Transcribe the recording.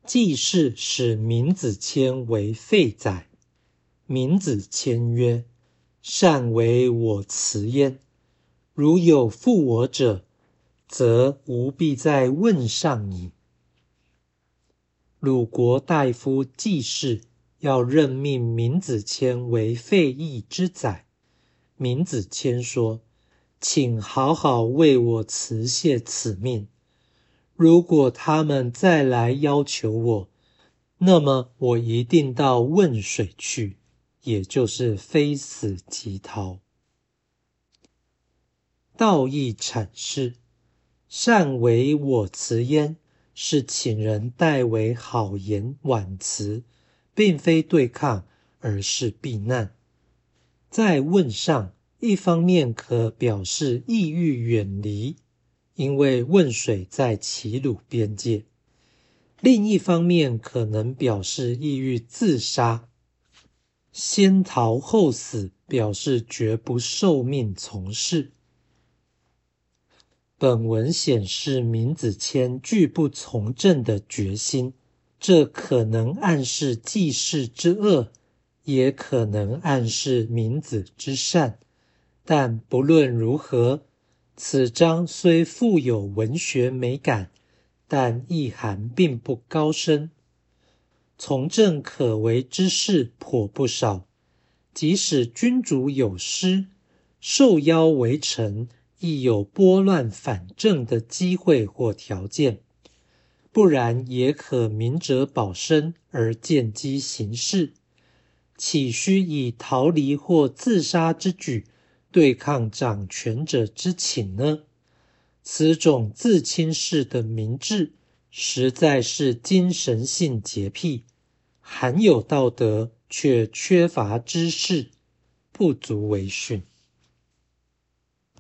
季氏使闵子骞为废宰。闵子骞曰：善为我辞焉，如有负我者，则吾必在问上矣。鲁国大夫季氏要任命闵子骞为费邑之宰。闵子骞说：请好好为我辞谢此命，如果他们再来要求我，那么我一定到汶水去，也就是非死即逃。道义阐释：善为我辞焉，是请人代为好言婉辞，并非对抗，而是避难。在问上，一方面可表示意欲远离，因为汶水在齐鲁边界；另一方面可能表示意欲自杀，先逃后死，表示绝不受命从事。本文显示闵子骞拒不从政的决心，这可能暗示季氏之恶，也可能暗示闵子之善。但不论如何，此章虽富有文学美感，但意涵并不高深。从政可为之事颇不少，即使君主有失，受邀为臣，亦有拨乱反正的机会或条件，不然也可明哲保身而见机行事，岂须以逃离或自杀之举对抗掌权者之请呢？此种自轻视的明智，实在是精神性洁癖，含有道德却缺乏知识，不足为训。